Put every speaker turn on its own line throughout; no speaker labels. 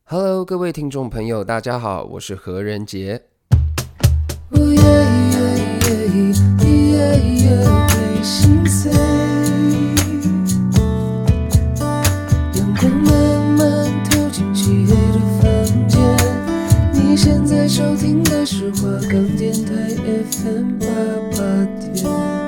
Hello， 各位听众朋友，大家好，我是何仁杰。心碎，阳光慢慢透进漆黑的房间。你现在收听的是华冈电台 FM 88.5。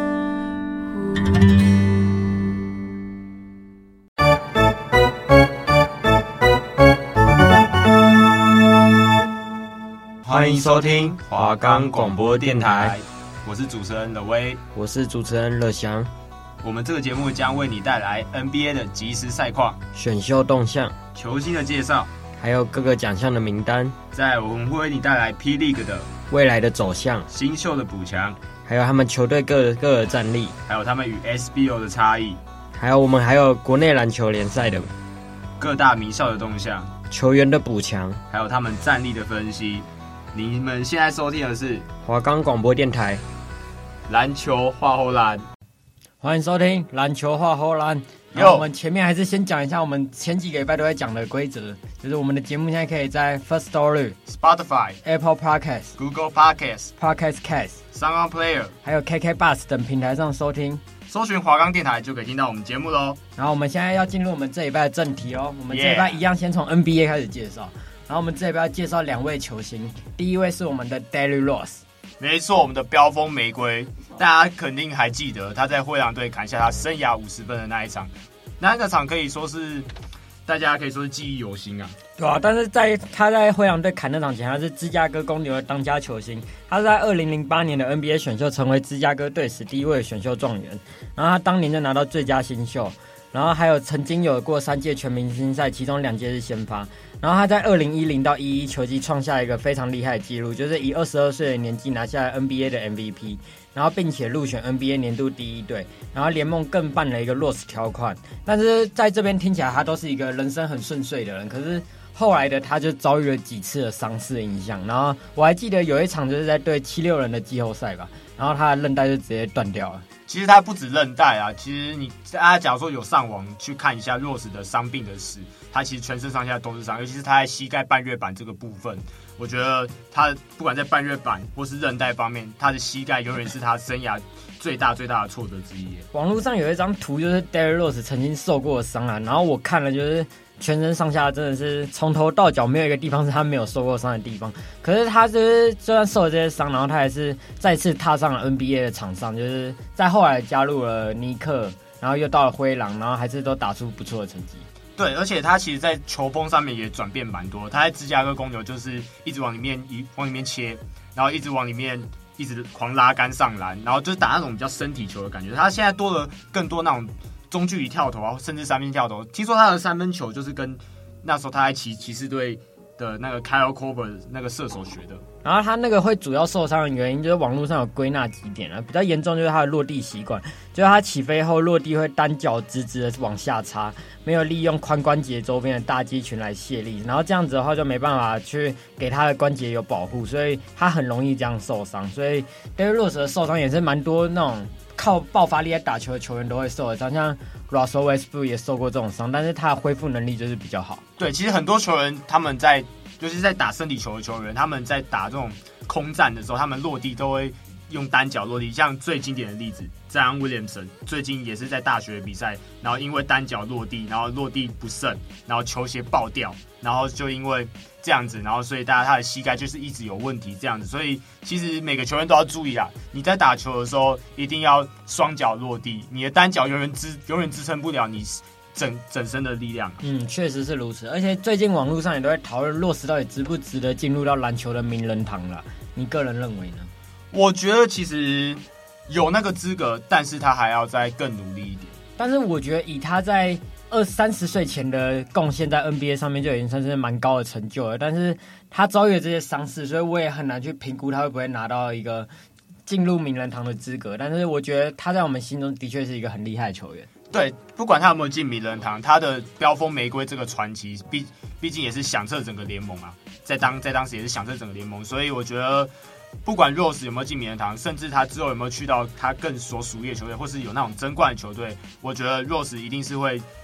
欢迎收听华冈广播电台，我是主持人乐威，
我是主持人乐祥。
我们这个节目将为你带来 NBA 的即时赛况、
选秀动向、
球星的介绍，
还有各个奖项的名单。
再我们会为你带来 P League 的
未来的走向、
新秀的补强，
还有他们球队各的战力，
还有他们与 SBO 的差异，
还有我们还有国内篮球联赛的
各大名校的动向、
球员的补强，
还有他们战力的分析。你们现在收听的是
华冈广播电台
篮球话后篮，
欢迎收听篮球话后篮。我们前面还是先讲一下我们前几个礼拜都在讲的规则，就是我们的节目现在可以在 First Story、Spotify、Apple
Podcasts、Google
Podcasts、Podcast
Cast、Sound Player，
还有 KK Bus 等平台上收听。
搜寻华冈电台就可以听到我们节目咯。
然后我们现在要进入我们这礼拜的正题咯。我们这礼拜一样先从 NBA 开始介绍。然后我们这里要介绍2位球星，第一位是我们的 Derrick Rose，
没错，我们的飙风玫瑰，大家肯定还记得他在灰狼队砍下他生涯50分的那一场，那个场可以说是大家可以说是记忆犹新啊。
对啊，但是他在灰狼队砍那场前，他是芝加哥公牛的当家球星，他是在2008年的 NBA 选秀成为芝加哥队史第一位选秀状元，然后他当年就拿到最佳新秀。然后还有曾经有过3届全明星赛，其中2届是先发。然后他在2010到11球季创下一个非常厉害的纪录，就是以22岁的年纪拿下 NBA 的 MVP， 然后并且入选 NBA 年度第1队。然后联盟更办了一个 Rose 条款，但是在这边听起来他都是一个人生很顺遂的人，可是后来的他就遭遇了几次的伤势影响。然后我还记得有一场就是在对76人的季后赛吧，然后他的韧带就直接断掉了。
其实他不止韧带啊，其实大家假如说有上网去看一下 Rose 的伤病的史，他其实全身上下都是伤，尤其是他在膝盖半月板这个部分，我觉得他不管在半月板或是韧带方面，他的膝盖永远是他生涯最大的挫折之一。网
络上有一张图，就是 Derrick Rose 曾经受过的伤啊，然后我看了就是全身上下真的是从头到脚没有一个地方是他没有受过伤的地方。可是他就是就算受了这些伤，然后他还是再次踏上了 NBA 的场上，就是在后来加入了尼克，然后又到了灰狼，然后还是都打出不错的成绩。
对，而且他其实在球风上面也转变蛮多。他在芝加哥公牛就是一直往里面切，然后一直往里面一直狂拉杆上篮，然后就是打那种比较身体球的感觉。他现在多了更多那种中距离跳投啊，甚至3分跳投。听说他的3分球就是跟那时候他在骑士队的那个 Kyle Korver 那个射手学的。
然后他那个会主要受伤的原因就是网络上有归纳几点啊，比较严重就是他的落地习惯，就是他起飞后落地会单脚直直的往下插，没有利用髋关节周边的大肌群来卸力，然后这样子的话就没办法去给他的关节有保护，所以他很容易这样受伤。所以 Derrick Rose 的受伤也是蛮多那种靠爆发力来打球的球员都会受的伤，像 Russell Westbrook 也受过这种伤，但是他的恢复能力就是比较好。
对，其实很多球员他们尤其是在打身体球的球员，他们在打这种空战的时候，他们落地都会用单脚落地。像最经典的例子，Zion Williamson 最近也是在大学比赛，然后因为单脚落地，然后落地不慎，然后球鞋爆掉，然后就因为这样子，然后所以他的膝盖就是一直有问题这样子。所以其实每个球员都要注意啊，你在打球的时候一定要双脚落地，你的单脚永远支撑不了你整身的力量。
确实是如此。而且最近网络上也都在讨论Rose到底值不值得进入到篮球的名人堂了，你个人认为呢？
我觉得其实有那个资格，但是他还要再更努力一点。
但是我觉得以他在20-30岁前的贡献，在 NBA 上面就已经算是蛮高的成就了。但是他遭遇了这些伤势，所以我也很难去评估他会不会拿到一个进入名人堂的资格。但是我觉得他在我们心中的确是一个很厉害的球员。
对，不管他有没有进名人堂，他的飙风玫瑰这个传奇，毕竟也是响彻整个联盟啊，在当时也是响彻整个联盟，所以我觉得不管 Rose 有没有进名人堂，甚至他之后有没有去到他更所属意的球队，或是有那种争冠的球队，我觉得 Rose 一定是会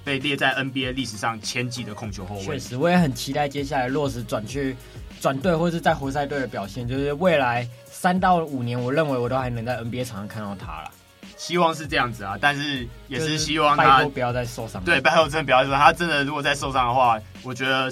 被列在 NBA 历史上前几的控球后卫。
确实，我也很期待接下来洛斯转队或是在活塞队的表现，就是未来3到5年，我认为我都还能在 NBA 场上看到他了。
希望是这样子啊，但是也是希望他
拜托不要再受伤。
对，拜托真的不要再受伤。他真的如果再受伤的话，我觉得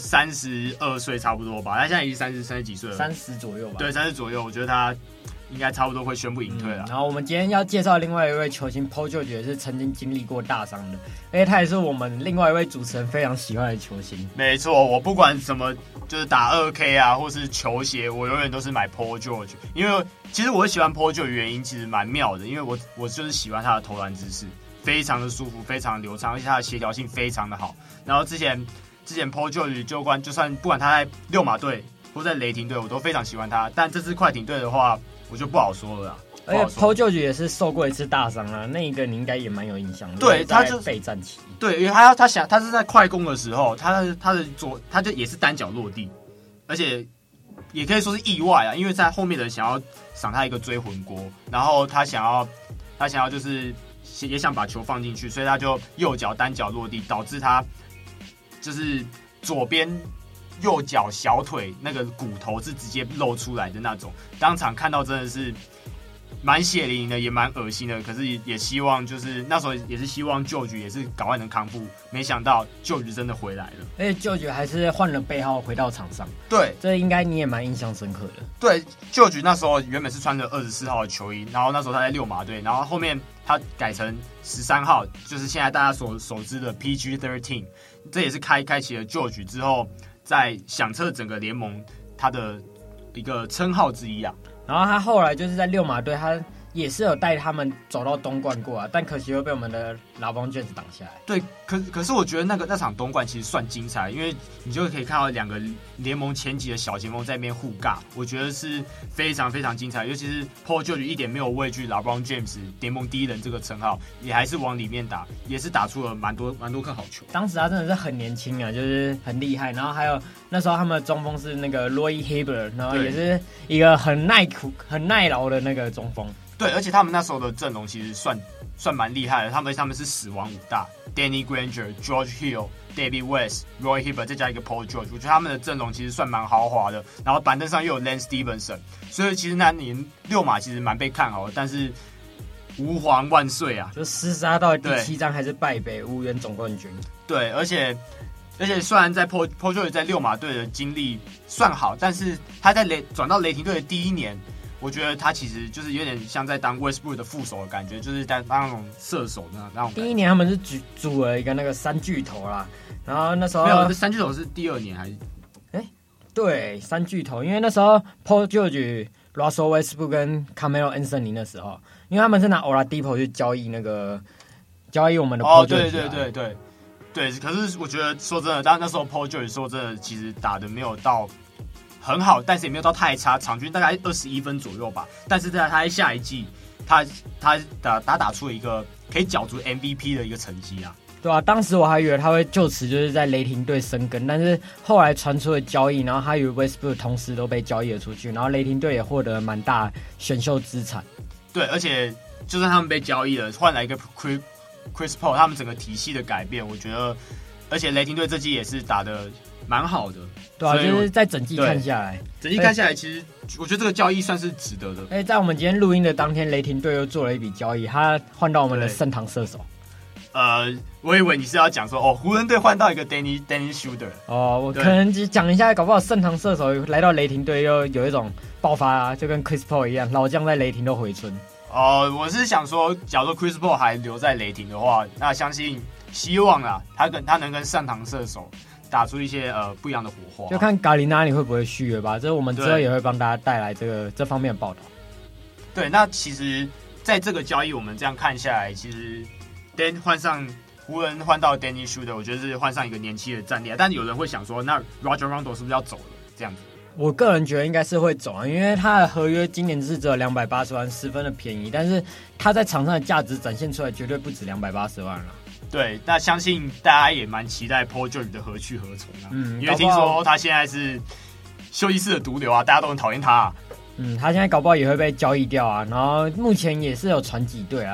32岁差不多吧。他现在已经30几岁了
，30左右吧。
对，30左右，我觉得他应该差不多会宣布隐退了。
然后我们今天要介绍另外一位球星 Paul George， 也是曾经经历过大伤的，而且他也是我们另外一位主持人非常喜欢的球星。
没错，我不管什么，就是打2K 啊，或是球鞋，我永远都是买 Paul George， 因为其实我喜欢 Paul George 的原因其实蛮妙的，因为我就是喜欢他的投篮姿势，非常的舒服，非常的流畅，而且他的协调性非常的好。然后之前 Paul George 就算不管他在溜马队或在雷霆队，我都非常喜欢他。但这支快艇队的话，我就不好说了啦。
而且 Paul George 也是受过一次大伤啦，那一个你应该也蛮有印象的。
对，他就
备战期。
对，因为他是在快攻的时候，他就也是单脚落地，而且也可以说是意外啊，因为在后面的人想要赏他一个追魂锅，然后他想要就是也想把球放进去，所以他就右脚单脚落地，导致他就是左边右脚小腿那个骨头是直接露出来的那种，当场看到真的是蛮血淋淋的，也蛮恶心的。可是也希望就是那时候也是希望George也是赶快能康复，没想到George真的回来了，
而且George还是换了背号回到场上。
对，
这应该你也蛮印象深刻的。
对，George那时候原本是穿着24号的球衣，然后那时候他在溜马队，然后后面他改成13号，就是现在大家所熟知的 PG-13， 这也是开启了George之后在响彻整个联盟他的一个称号之一啊。
然后他后来就是在溜马队，他也是有带他们走到东冠过啊，但可惜又被我们的LeBron James挡下来。
对，可是我觉得那场东冠其实算精彩，因为你就可以看到2个联盟前几的小前锋在那边互尬，我觉得是非常非常精彩。尤其是 Paul George 一点没有畏惧 LeBron James 联盟第一人这个称号，也还是往里面打，也是打出了蛮多颗好球。
当时他真的是很年轻啊，就是很厉害。然后还有那时候他们的中锋是那个 Roy Hibbert， 然后也是一个很耐劳的那个中锋。
对，而且他们那时候的阵容其实算蛮厉害的，他们是死亡5大 ，Danny Granger、George Hill、David West、Roy Hibbert 再加一个 Paul George， 我觉得他们的阵容其实算蛮豪华的。然后板凳上又有 Lance Stevenson， 所以其实那年溜马其实蛮被看好的，但是吾皇万岁啊，
就厮杀到第7章还是败北，无缘总冠军。
对，而且虽然在 Paul George 在溜马队的经历算好，但是他在转到雷霆队的第1年。我觉得他其实就是有点像在当 Westbrook 的副手的感觉，就是当那种射手的那种感觉。
第1年他们是组了一个那个3巨头啦，然后那时候
没有，这3巨头是第2年还是？
对，3巨头，因为那时候 Paul George、Russell Westbrook 跟 Carmelo Anthony 那时候，因为他们是拿 Oladipo 去交易我们的 Paul George。
对，可是我觉得说真的，当那时候 Paul George 说真的，其实打的没有到很好，但是也没有到太差，场均大概21分左右吧。但是在他下一季，他打出了一个可以角逐 MVP 的一个成绩啊。
对啊，当时我还以为他会就此就是在雷霆队生根，但是后来传出了交易，然后他与 Westbrook 同时都被交易了出去，然后雷霆队也获得蛮大选秀资产。
对，而且就算他们被交易了，换来一个 Chris Paul， 他们整个体系的改变，我觉得，而且雷霆队这季也是打得蛮好的。
对啊，就是在整季看下来，
其实我觉得这个交易算是值得的。
在我们今天录音的当天，雷霆队又做了一笔交易，他换到我们的盛唐射手。
我以为你是要讲说湖人队换到一个 Dennis Schroeder。
我可能只讲一下，搞不好盛唐射手来到雷霆队又有一种爆发啊，就跟 Chris Paul 一样，老将在雷霆都回春。
我是想说，假如 Chris Paul 还留在雷霆的话，那希望啊，他能跟盛唐射手打出一些不一样的火花。
就看咖喱哪里会不会续约吧，这我们之后也会帮大家带来这方面的报道。
对，那其实在这个交易我们这样看下来，其实湖人换到 Dennis Schroeder， 我觉得是换上一个年轻的战力。但有人会想说，那 Rajon Rondo 是不是要走了？这样子，
我个人觉得应该是会走啊，因为他的合约今年是只有280万，十分的便宜，但是他在场上的价值展现出来绝对不止280万了。
对，那相信大家也蛮期待 Paul George 的何去何从啊。因为听说他现在是休息室的毒瘤啊，大家都很讨厌他啊。
他现在搞不好也会被交易掉啊。然后目前也是有传几队啊，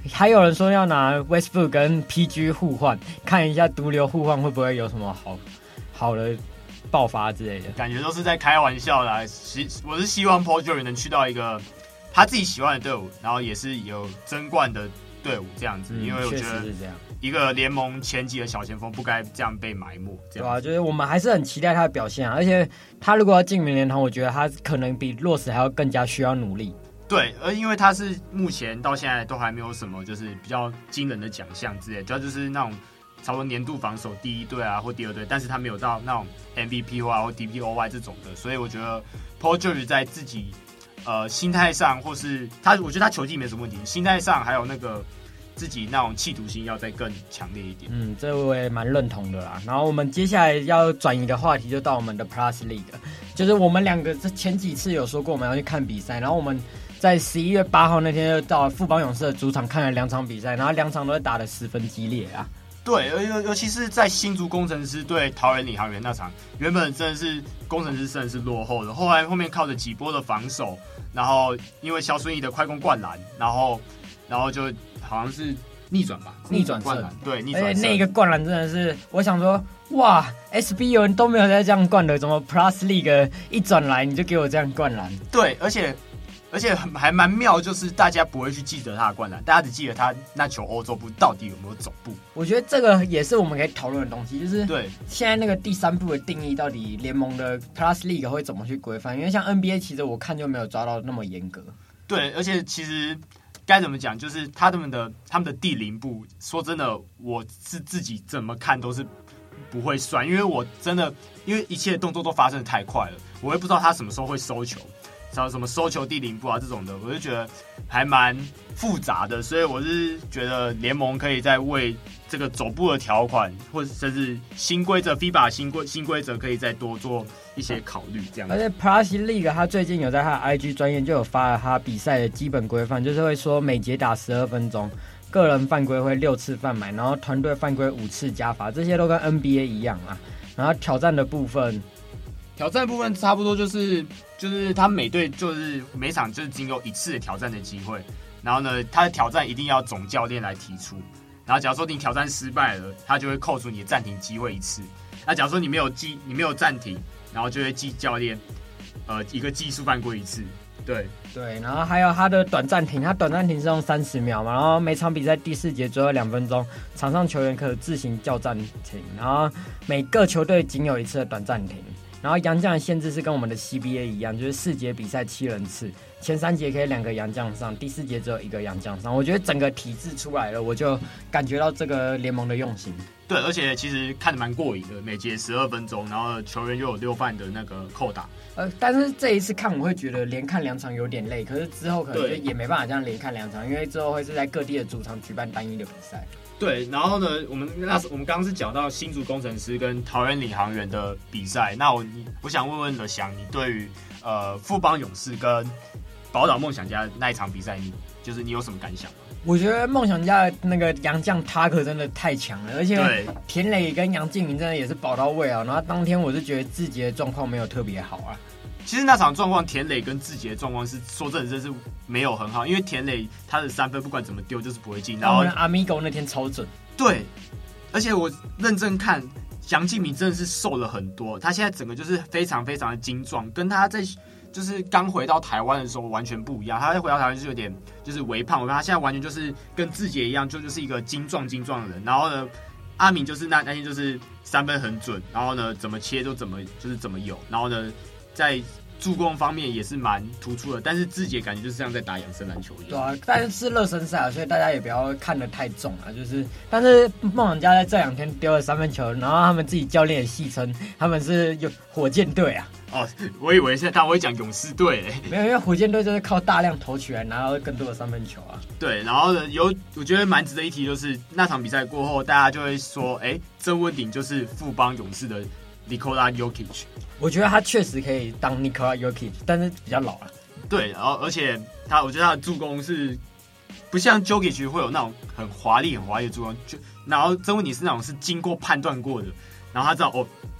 还有人说要拿 Westbrook 跟 PG 互换，看一下毒瘤互换会不会有什么好的爆发之类的。
感觉都是在开玩笑啦。我是希望 Paul George 能去到一个他自己喜欢的队伍，然后也是有争冠的队伍这样子，因为我觉得一个联盟前几的小前锋不该这样被埋没。这样对
啊，就是我们还是很期待他的表现啊，而且他如果要进名人堂，我觉得他可能比洛斯还要更加需要努力。
对，因为他是目前到现在都还没有什么就是比较惊人的奖项之类的，主要就是那种差不多年度防守第一队啊或第二队，但是他没有到那种 MVP 或 DPOY 这种的，所以我觉得 Paul George 在自己心态上，或是我觉得他球技没什么问题，心态上还有那个自己那种企图心要再更强烈一点。
这我也蛮认同的啦。然后我们接下来要转移的话题就到我们的 Plus League， 就是我们两个前几次有说过我们要去看比赛，然后我们在11月8号那天就到富邦勇士的主场看了2场比赛，然后2场都打得十分激烈啊。
对，尤其是在新竹工程师对桃园领航员那场，原本真的是工程师真的是落后的，后面靠着几波的防守，然后因为肖顺义的快攻灌篮，然后就好像是逆转灌篮，对，逆转。
而且那个灌篮真的是，我想说，哇 ，SB 有人都没有在这样灌的，怎么 Plus League 一转来你就给我这样灌篮？
对，而且还蛮妙，就是大家不会去记得他的灌篮，大家只记得他那球欧洲步到底有没有走步。
我觉得这个也是我们可以讨论的东西，就是
对
现在那个第3步的定义，到底联盟的 Plus League 会怎么去规范？因为像 NBA 其实我看就没有抓到那么严格。
对，而且其实该怎么讲，就是他们的第0步，说真的，我是自己怎么看都是不会算，因为一切动作都发生的太快了，我也不知道他什么时候会收球。什么收球第0步啊这种的，我就觉得还蛮复杂的，所以我是觉得联盟可以再为这个走步的条款，或者甚至新规则 FIBA 新规则可以再多做一些考虑，这样。
而且 Plus League 他最近有在他的 IG 专页就有发了他比赛的基本规范，就是会说每节打12分钟，个人犯规会6次犯满，然后团队犯规5次加罚，这些都跟 NBA 一样啊。然后挑战部分
差不多就是他每队就是每场就是仅有1次的挑战的机会，然后呢，他的挑战一定要总教练来提出，然后假如说你挑战失败了，他就会扣除你的暂停机会1次。那假如说你没有暂停，然后就会记教练一个技术犯规1次。对，
然后还有他的短暂停，他短暂停是用30秒嘛，然后每场比赛第4节最后2分钟，场上球员可自行叫暂停，然后每个球队仅有1次的短暂停。然后洋将的限制是跟我们的 CBA 一样，就是4节比赛7人次，前3节可以2个洋将上，第4节只有1个洋将上。我觉得整个体制出来了，我就感觉到这个联盟的用心。
对，而且其实看得蛮过瘾的，每节12分钟，然后球员又有6犯的那个扣打。
但是这一次看我会觉得连看2场有点累，可是之后可能就也没办法这样连看2场，因为之后会是在各地的主场举办单一的比赛。
对，然后呢，我们刚刚是讲到新竹工程师跟桃园领航员的比赛，那我想问问乐翔，你对于富邦勇士跟宝岛梦想家那一场比赛，你有什么感想吗？
我觉得梦想家的那个洋将他可真的太强了，而且田磊跟杨敬明真的也是保到位啊。然后当天我是觉得志杰的状况没有特别好啊。
其实那场状况，田磊跟志杰的状况是说真的是没有很好，因为田磊他的3分不管怎么丢就是不会进，然后
阿米狗那天超准。
对，而且我认真看，杨敬明真的是瘦了很多，他现在整个就是非常非常的精壮，跟他在就是刚回到台湾的时候完全不一样。他回到台湾就是有点就是微胖，他现在完全就是跟志杰一样，就是一个精壮的人。然后呢，阿明就是那天就是3分很准，然后呢怎么切都怎么有，然后呢在助攻方面也是蛮突出的，但是志杰感觉就是像在打养生篮球一样。
对啊，但是热身赛，所以大家也不要看得太重啊。但是梦想家在这2天丢了3分球，然后他们自己教练也戏称他们是有火箭队啊。
哦，我以为现在他会讲勇士队嘞。
没有，因为火箭队就是靠大量投起来拿到更多的3分球啊。
对，然后呢，我觉得蛮值得一提，就是那场比赛过后，大家就会说，曾文鼎就是富邦勇士的 Nikola Jokic。
我觉得他确实可以当 Nikola Jokic， 但是比较老了。
对，然后而且我觉得他的助攻是不像 Jokic 会有那种很华丽的助攻，然后曾文鼎是那种是经过判断过的，然后他知道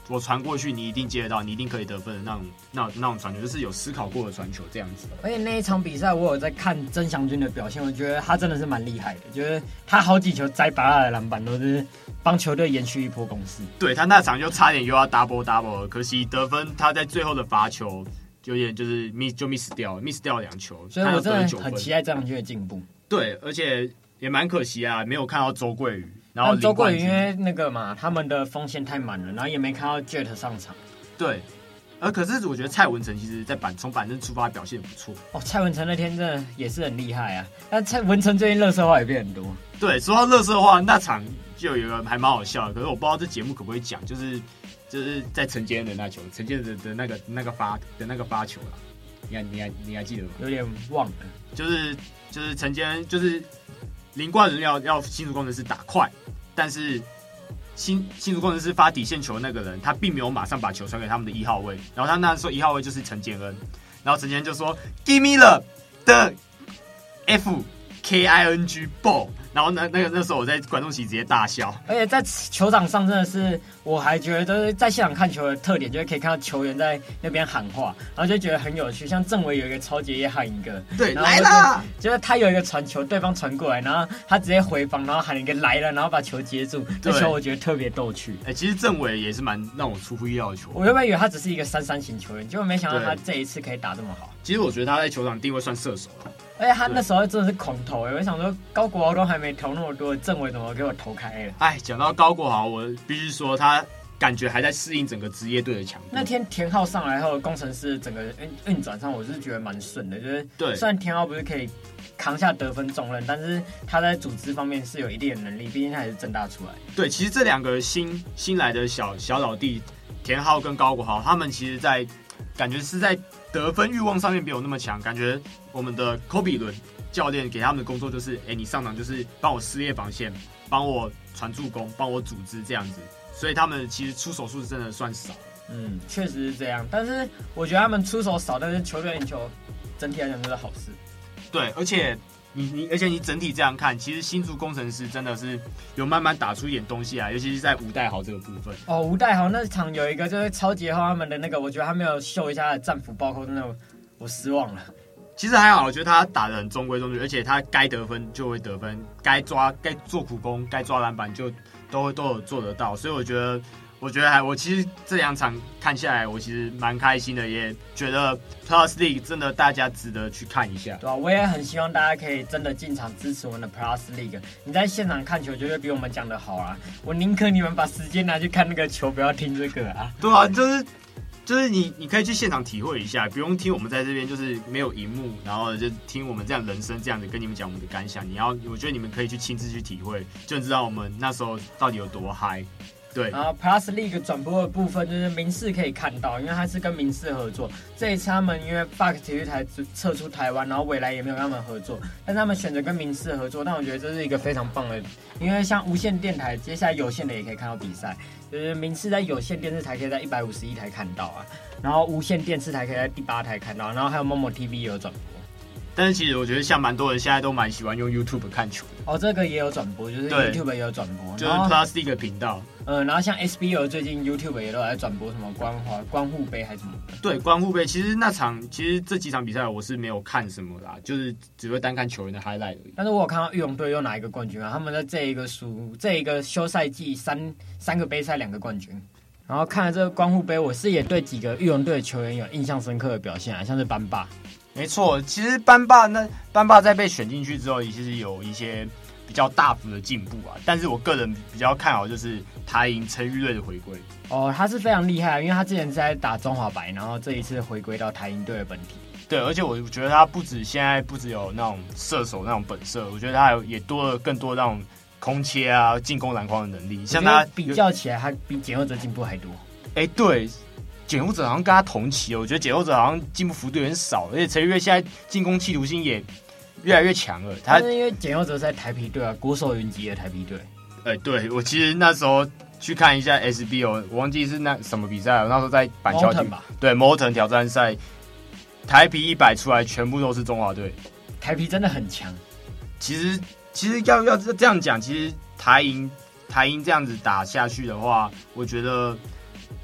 我传过去你一定接得到，你一定可以得分的那种传球，就是有思考过的传球这样子。
而且那一场比赛我有在看曾祥军的表现，我觉得他真的是蛮厉害的，就是他好几球摘拔的篮板都是帮球队延续一波攻势。
对，他那场就差点又要 double 了，可惜得分他在最后的罚球有点就是 miss 掉2球，
所以我真的很期待曾祥军的进步。
对，而且也蛮可惜啊，没有看到周桂宇。然后
周桂宇因为那个嘛，他们的锋线太满了，然后也没看到 Jet 上场。
对，可是我觉得蔡文成其实在从板凳出发表现不错。
哦，蔡文成那天真的也是很厉害啊。但蔡文成最近垃圾话也变很多。
对，说到垃圾话，那场就有一个还蛮好笑的，可是我不知道这节目可不可以讲，就是在陈坚的那球，陈坚的那个发球啦，你还记得吗？
有点忘了。就是
陈坚就是林冠伦要新竹工程师打快，但是新竹工程师发底线球的那个人，他并没有马上把球传给他们的1号位，然后他那时候1号位就是陈建恩，然后陈建恩就说 "Give me the FKING ball"。然后那时候我在观众席直接大笑，
而且在球场上真的是，我还觉得就是在现场看球的特点，就是可以看到球员在那边喊话，然后就觉得很有趣。像郑伟有一个超级也喊一个，
对，来啦！
就是他有一个传球，对方传过来，然后他直接回防，然后喊一个来了，然后把球接住。这球我觉得特别逗趣。
其实郑伟也是蛮让我出乎意料的球。
我原本以为他只是一个3-3型球员，结果没想到他这一次可以打这么好。
其实我觉得他在球场定位算射手了。
而且他那时候真的是狂投，我想说高国豪都还没投那么多，郑伟怎么给我投开了？
讲到高国豪，我必须说他感觉还在适应整个职业队的强度。
那天田浩上来后，工程师整个运转上，我是觉得蛮顺的。就是
对，
虽然田浩不是可以扛下得分重任，但是他在组织方面是有一定的能力，毕竟他也是政大出来。
对，其实这两个新来的小老弟，田浩跟高国豪，他们其实感觉是在得分欲望上面没有那么强，感觉我们的科比伦教练给他们的工作就是，你上场就是帮我撕裂防线，帮我传助攻，帮我组织这样子，所以他们其实出手数真的算少。
确实是这样，但是我觉得他们出手少，但是球队赢球整体来讲都是好事。
对，而且你整体这样看，其实新竹工程师真的是有慢慢打出一点东西来，尤其是在吴代豪这个部分。
吴代豪那场有一个就是超级后他们的那个，我觉得他没有秀一下的战斧暴扣，真的我失望了。
其实还好，我觉得他打得很中规中矩，而且他该得分就会得分，该做苦攻，该抓篮板就都有做得到，所以我觉得我其实这2场看下来，我其实蛮开心的，也觉得 Plus League 真的大家值得去看一下。
对啊，我也很希望大家可以真的进场支持我们的 Plus League。你在现场看球绝对比我们讲的好啊！我宁可你们把时间拿去看那个球，不要听这个啊。
对啊，就是你可以去现场体会一下，不用听我们在这边就是没有荧幕，然后就听我们这样人生这样子跟你们讲我们的感想。我觉得你们可以去亲自去体会，就知道我们那时候到底有多嗨。对，
然后 Plus League 转播的部分就是民视可以看到，因为它是跟民视合作。这一次他们因为 Fox 体育台撤出台湾，然后未来也没有跟他们合作，但是他们选择跟民视合作，但我觉得这是一个非常棒的，因为像无线电台，接下来有线的也可以看到比赛，就是民视在有线电视台可以在151台看到啊，然后无线电视台可以在第8台看到，然后还有 Momo TV 也有转播。
但是其实我觉得像蛮多人现在都蛮喜欢用 YouTube 看球的。
这个也有转播，就是 YouTube 也有转播，
就是 Plus League 频道。
然后像 SBL 最近 YouTube 也都在转播什么关护杯还是什么的。
对，关护杯，其实这几场比赛我是没有看什么啦，就是只会单看球员的 highlight 而已。
但是我有看到裕隆队又拿一个冠军啊，他们在这一个休赛季三个杯赛2个冠军。然后看了这个关护杯，我是也对几个裕隆队的球员有印象深刻的表现啊，像是班霸。
没错，其实班霸在被选进去之后，其实有一些比较大幅的进步啊。但是我个人比较看好就是台银陈玉瑞的回归。
他是非常厉害，因为他之前是在打中华白，然后这一次回归到台银队的本体。
对，而且我觉得他现在不只有那种射手那种本色，我觉得他也多了更多那种空切啊、进攻篮筐的能力。像他
比较起来，他比简佑哲进步还多。
对。简佑哲好像跟他同期，我觉得简佑哲好像进步幅度有点少，而且陈玉瑞现在进攻企图心也越来越强了。
但是因为简佑哲在台啤队啊，国手云集的台啤队。
对，我其实那时候去看一下 SBO， 我忘记是那什么比赛了，我那时候在板桥吧，对 Moulton 挑战赛，台啤100出来全部都是中华队，
台啤真的很强。
其实要这样讲，其实台银这样子打下去的话，我觉得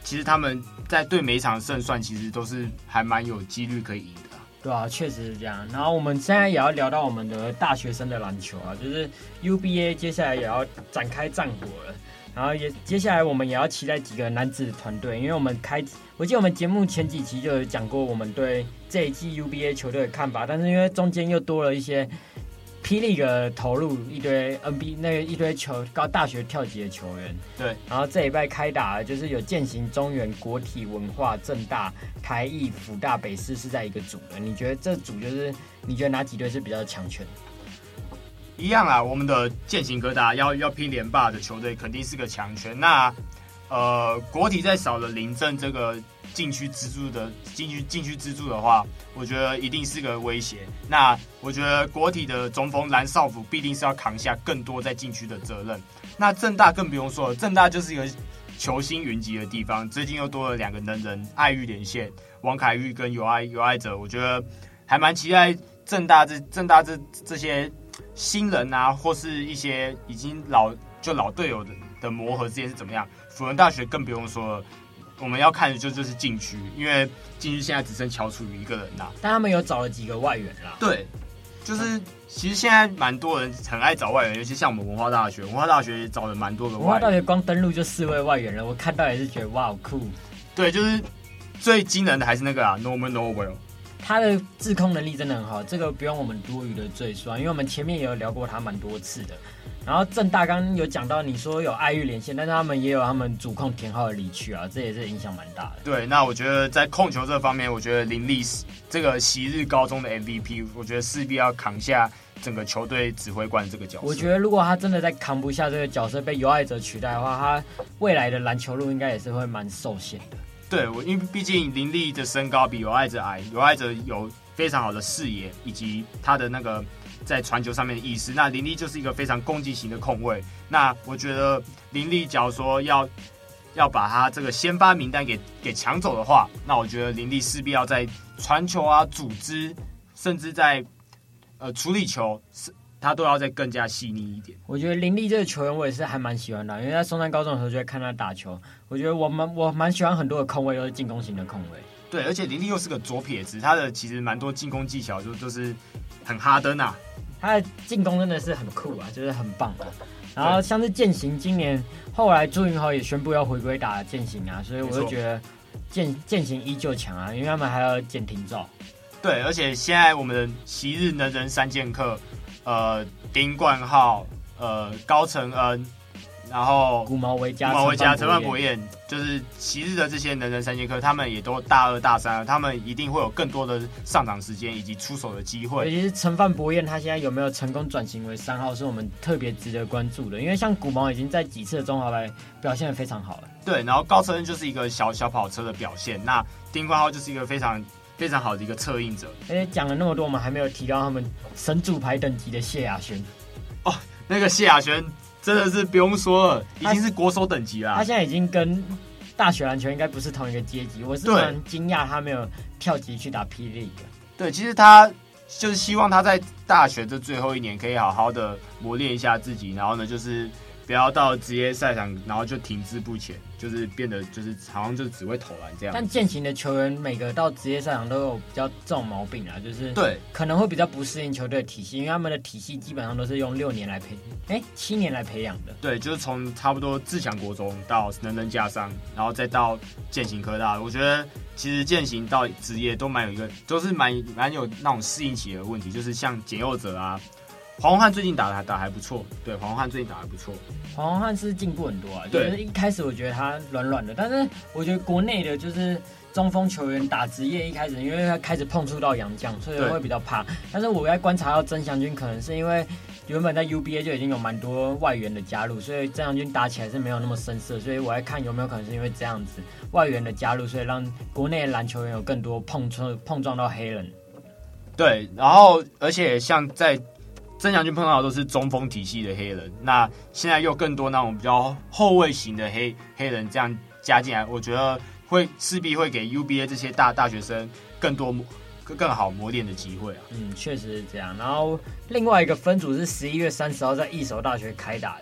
其实他们在对每一场胜算，其实都是还蛮有几率可以赢的。
对啊，确实是这样。然后我们现在也要聊到我们的大学生的篮球啊，就是 UBA 接下来也要展开战火了。然后接下来我们也要期待几个男子团队，因为我记得我们节目前几期就有讲过我们对这一季 UBA 球队的看法，但是因为中间又多了一些霹雳的投入，一堆 NBA 一堆大学跳级的球员，
对。
然后这礼拜开打就是有健行、中原、国体、文化、政大、台艺、辅大、北市是在一个组的。你觉得这组就是你觉得哪几队是比较强权？
一样啦，我们的健行哥大要拼连霸的球队肯定是个强权。那国体在少了林政这个禁区支柱的话，我觉得一定是个威胁。那我觉得国体的中锋蓝少辅必定是要扛下更多在禁区的责任。那政大更不用说了，政大就是一个球星云集的地方，最近又多了2个能人，爱玉连线，王凯玉跟有爱者，我觉得还蛮期待政大这些新人啊，或是一些已经老队友的磨合之间是怎么样。辅仁大学更不用说了，我们要看的就是禁区，因为禁区现在只剩乔楚瑜一个人啦。
但他们有找了几个外援啦。
对，就是其实现在蛮多人很爱找外援，尤其像我们文化大学也找了蛮多个外援。
文化大学光登录就4位外援了，我看到也是觉得哇好酷。
对，就是最惊人的还是那个Norman Norwell。
他的制空能力真的很好，这个不用我们多余的赘述，因为我们前面也有聊过他蛮多次的。然后政大刚有讲到，你说有爱玉连线，但是他们也有他们主控田浩的离去啊，这也是影响蛮大的。
对，那我觉得在控球这方面，我觉得林立这个昔日高中的 MVP， 我觉得势必要扛下整个球队指挥官这个角色。
我觉得如果他真的在扛不下这个角色，被有爱者取代的话，他未来的篮球路应该也是会蛮受限的。
对，因为毕竟林立的身高比有爱者矮，有爱者有非常好的视野以及他的那个在传球上面的意识。那林立就是一个非常攻击型的控卫。那我觉得林立假如说要把他这个先发名单给抢走的话，那我觉得林立势必要在传球啊、组织，甚至在处理球，他都要再更加细腻一点。
我觉得林立这个球员我也是还蛮喜欢的，因为在松山高中的时候就会看他打球，我觉得我蛮喜欢很多的控卫都是进攻型的控卫。
对，而且林立又是个左撇子，他的其实蛮多进攻技巧就是很哈登啊，
他的进攻真的是很酷啊，就是很棒啊。然后像是健行，今年后来朱云豪也宣布要回归打健行啊，所以我就觉得健行依旧强啊，因为他们还有简廷照。
对，而且现在我们的昔日能人3剑客，丁冠浩，高承恩，然后
古毛维加、
陈范博彦，就是昔日的这些能人3剑客，他们也都大2、大3了，他们一定会有更多的上场时间以及出手的机会。
尤其是陈范博彦，他现在有没有成功转型为3号，是我们特别值得关注的。因为像古毛已经在几次的中华杯表现得非常好了。
对，然后高承恩就是一个小跑车的表现，那丁冠浩就是一个非常好的一个策应者。
而且讲了那么多，我们还没有提到他们神主牌等级的谢亚轩。
哦，那个谢亚轩真的是不用说了，已经是国手等级啦。
他现在已经跟大学篮球应该不是同一个阶级，我是蛮惊讶他没有跳级去打霹雳的。
对，其实他就是希望他在大学这最后1年可以好好的磨练一下自己，然后呢，就是不要到职业赛场，然后就停滞不前，就是变得就是好像就是只会投篮这样。
但健行的球员每个到职业赛场都有比较这种毛病啊，就是
对
可能会比较不适应球队的体系，因为他们的体系基本上都是用7年来培养的。
对，就是从差不多自强国中到能人加商，然后再到健行科大。我觉得其实健行到职业都都是蛮有那种适应期的问题，就是像简佑哲啊。黄宏汉最近打还不错，对，黄宏汉最近打还不错。
黄宏汉是进步很多啊，就是一开始我觉得他软软的，但是我觉得国内的就是中锋球员打职业一开始，因为他开始碰触到洋将，所以会比较怕。但是我在观察到曾祥军，可能是因为原本在 UBA 就已经有蛮多外援的加入，所以曾祥军打起来是没有那么生涩，所以我在看有没有可能是因为这样子外援的加入，所以让国内的篮球员有更多碰撞到黑人。
对，然后而且像在曾祥军碰到的都是中锋体系的黑人，那现在又更多那种比较后卫型的黑人这样加进来，我觉得势必会给 UBA 这些大学生更好磨练的机会啊。
确实是这样。然后另外一个分组是11月30号在一手大学开打的，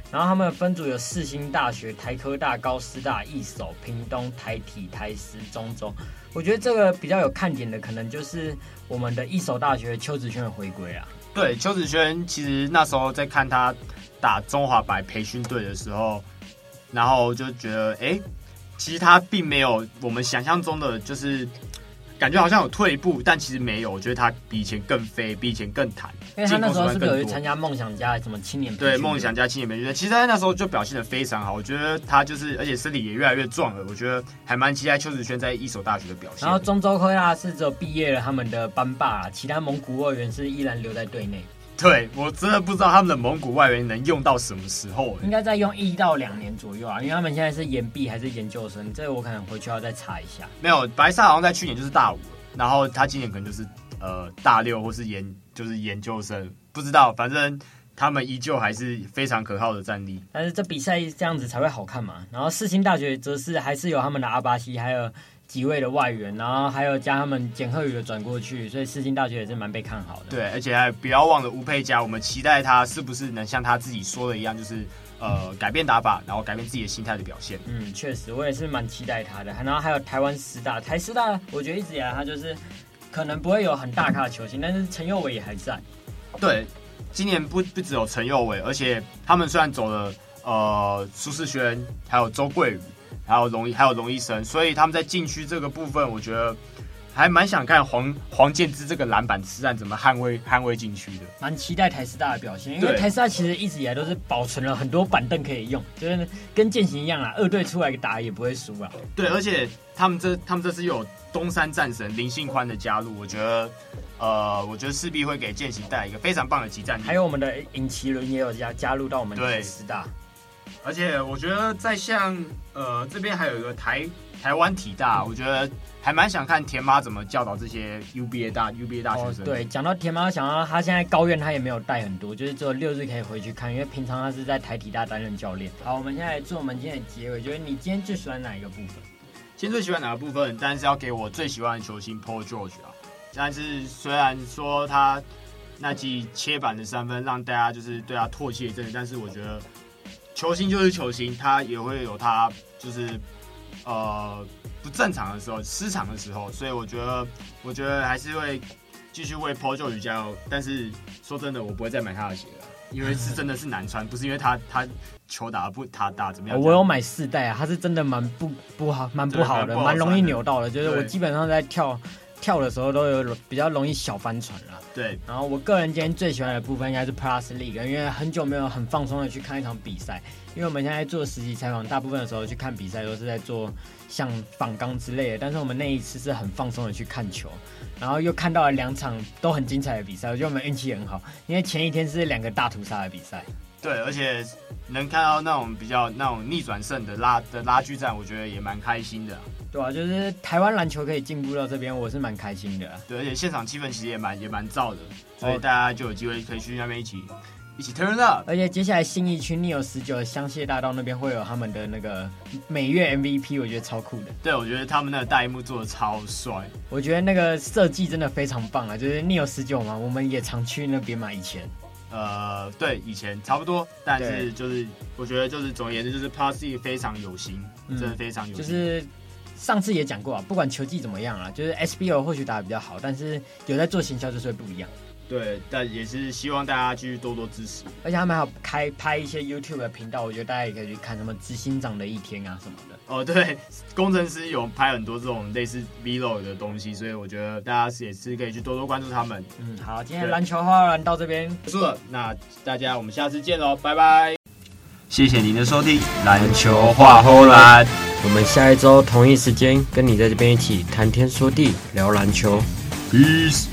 然后他们的分组有世新大学、台科大、高师大、一手、屏东、台体、台师、中州。我觉得这个比较有看点的，可能就是我们的一手大学邱子轩的回归啊。
对，邱子轩其实那时候在看他打中华白培训队的时候，然后就觉得，其实他并没有我们想象中的，就是感觉好像有退一步，但其实没有。我觉得他比以前更飞，比以前更弹。
因为他那时候是不是有去参加梦想家什么青年培训？
对，梦想家青年培训队，其实他那时候就表现得非常好。我觉得他就是，而且身体也越来越壮了。我觉得还蛮期待邱子轩在一手大学的表现。
然后中州科大是只有毕业了他们的班霸，其他蒙古外援是依然留在队内。
对，我真的不知道他们的蒙古外援能用到什么时候。
应该再用1到2年左右啊，因为他们现在是研毕还是研究生，这个我可能回去要再查一下。
没有，白萨好像在去年就是大5了，然后他今年可能就是大6或是研究生，不知道，反正他们依旧还是非常可靠的战力。
但是这比赛这样子才会好看嘛。然后世新大学则是还是有他们的阿巴西，还有几位的外援，然后还有加他们简赫宇的转过去，所以世新大学也是蛮被看好的。
对，而且还不要忘了吴佩嘉，我们期待他是不是能像他自己说的一样，就是改变打法，然后改变自己的心态的表现。
确实，我也是蛮期待他的。然后还有台湾师大，台师大，我觉得一直以来他就是可能不会有很大咖的球星，但是陈佑伟也还在。
对，今年不只有陈佑伟，而且他们虽然走了苏世轩，还有周桂宇。还有龙医生，所以他们在禁区这个部分，我觉得还蛮想看黄建之这个篮板吃战怎么捍卫禁区的。
蛮期待台师大的表现，因为台师大其实一直以来都是保存了很多板凳可以用，就是跟健行一样啦，2队出来打也不会输啊。
对，而且他们这次有东山战神林信宽的加入，我觉得势必会给健行带来一个非常棒的集战力。
还有我们的尹麒麟也有加入到我们台师大。
而且我觉得在像这边还有一个台湾体大，我觉得还蛮想看田妈怎么教导这些 UBA 大学生。
对，讲到田妈，想到他现在高院他也没有带很多，就是只有6日可以回去看，因为平常他是在台体大担任教练。好，我们现在来做我们今天的结尾，觉得你今天最喜欢哪一个部分？
今天最喜欢哪个部分？当然是要给我最喜欢的球星 Paul George 啊。但是虽然说他那记切板的3分让大家就是对他唾弃一阵，但是我觉得。球星就是球星，他也会有他就是不正常的时候、失常的时候，所以我觉得还是会继续为 Paul George 加油。但是说真的，我不会再买他的鞋了，因为是真的是难穿，不是因为他球打不他打怎么样。
我有买4代啊，他是真的蛮不好的，蛮容易扭到的，就是我基本上在跳的时候都有比较容易小翻船啦。
对，
然后我个人今天最喜欢的部分应该是 Plus League， 因为很久没有很放松的去看一场比赛，因为我们现在做实习采访，大部分的时候去看比赛都是在做像访纲之类的，但是我们那一次是很放松的去看球，然后又看到了2场都很精彩的比赛，我觉得我们运气很好，因为前一天是2个大屠杀的比赛。
对，而且能看到那种比较那种逆转胜的拉锯战，我觉得也蛮开心的。
对啊，就是台湾篮球可以进步到这边，我是蛮开心的。
对，而且现场气氛其实也蛮燥的，所以大家就有机会可以去那边一起 turn up。
而且接下来信义区 Neo 19香榭大道那边会有他们的那个每月 MVP， 我觉得超酷的。
对，我觉得他们那个大荧幕做的超帅，
我觉得那个设计真的非常棒啊！就是 Neo 19嘛，我们也常去那边嘛，以前。
对，以前差不多，但是就是我觉得就是总而言之，就是 Plus 非常有心，真的非常有心。就是
上次也讲过啊，不管球技怎么样啊，就是 SBL 或许打得比较好，但是有在做行销就是会不一样。
对，但也是希望大家继续多多支持。
而且他们还有拍一些 YouTube 的频道，我觉得大家也可以去看什么执行长的一天啊什么的。
哦，对，工程师有拍很多这种类似 Vlog 的东西，所以我觉得大家也是可以去多多关注他们。
好，今天篮球花篮到这边
结束了，那大家我们下次见喽，拜拜！谢谢您的收听，篮球话后篮，
我们下一周同一时间跟你在这边一起谈天说地聊篮球
，Peace。